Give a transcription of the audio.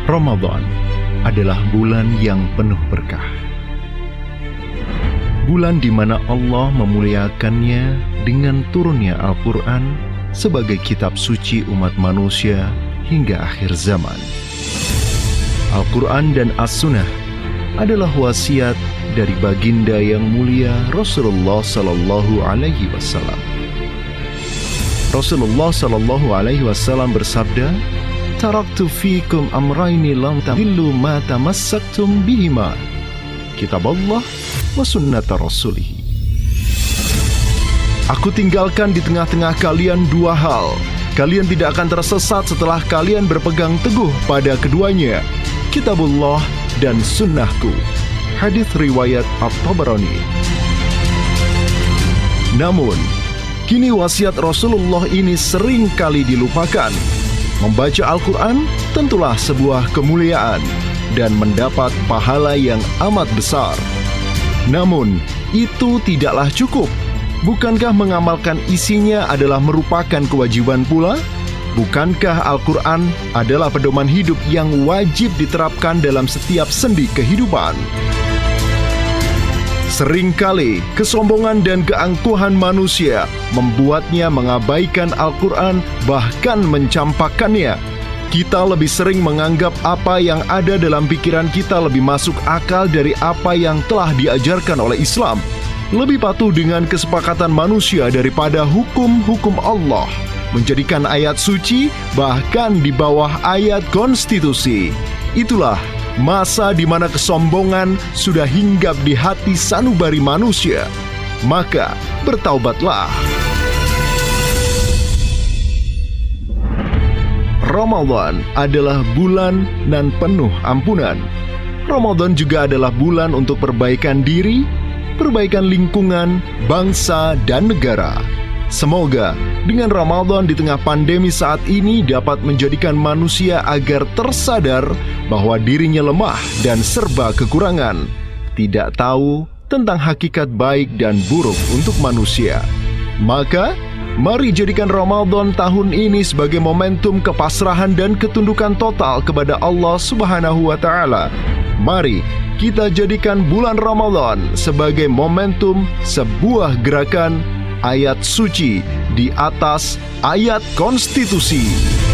Ramadan adalah bulan yang penuh berkah. Bulan di mana Allah memuliakannya dengan turunnya Al-Quran sebagai kitab suci umat manusia hingga akhir zaman. Al-Quran dan As-Sunnah adalah wasiat dari baginda yang mulia Rasulullah Sallallahu Alaihi Wasallam. Rasulullah Sallallahu Alaihi Wasallam bersabda, "Taraktu fikum amraini lam tadillu ma tamassaktum bihima, kitab Allah wa sunnata rasulih." Aku tinggalkan di tengah-tengah kalian dua hal. Kalian tidak akan tersesat setelah kalian berpegang teguh pada keduanya, kitabullah dan sunnahku. Hadits riwayat At-Tabarani. Namun, kini wasiat Rasulullah ini sering kali dilupakan. Membaca Al-Quran tentulah sebuah kemuliaan dan mendapat pahala yang amat besar. Namun, itu tidaklah cukup. Bukankah mengamalkan isinya adalah merupakan kewajiban pula? Bukankah Al-Quran adalah pedoman hidup yang wajib diterapkan dalam setiap sendi kehidupan? Seringkali kesombongan dan keangkuhan manusia membuatnya mengabaikan Al-Quran, bahkan mencampakkannya. Kita lebih sering menganggap apa yang ada dalam pikiran kita lebih masuk akal dari apa yang telah diajarkan oleh Islam. Lebih patuh dengan kesepakatan manusia daripada hukum-hukum Allah. Menjadikan ayat suci bahkan di bawah ayat konstitusi. Itulah masa di mana kesombongan sudah hinggap di hati sanubari manusia. Maka bertaubatlah. Ramadan adalah bulan nan penuh ampunan. Ramadan juga adalah bulan untuk perbaikan diri, perbaikan lingkungan, bangsa, dan negara. Semoga dengan Ramadan di tengah pandemi saat ini dapat menjadikan manusia agar tersadar bahwa dirinya lemah dan serba kekurangan, tidak tahu tentang hakikat baik dan buruk untuk manusia. Maka, mari jadikan Ramadan tahun ini sebagai momentum kepasrahan dan ketundukan total kepada Allah Subhanahu wa Ta'ala. Mari kita jadikan bulan Ramadan sebagai momentum sebuah gerakan ayat suci di atas ayat konstitusi.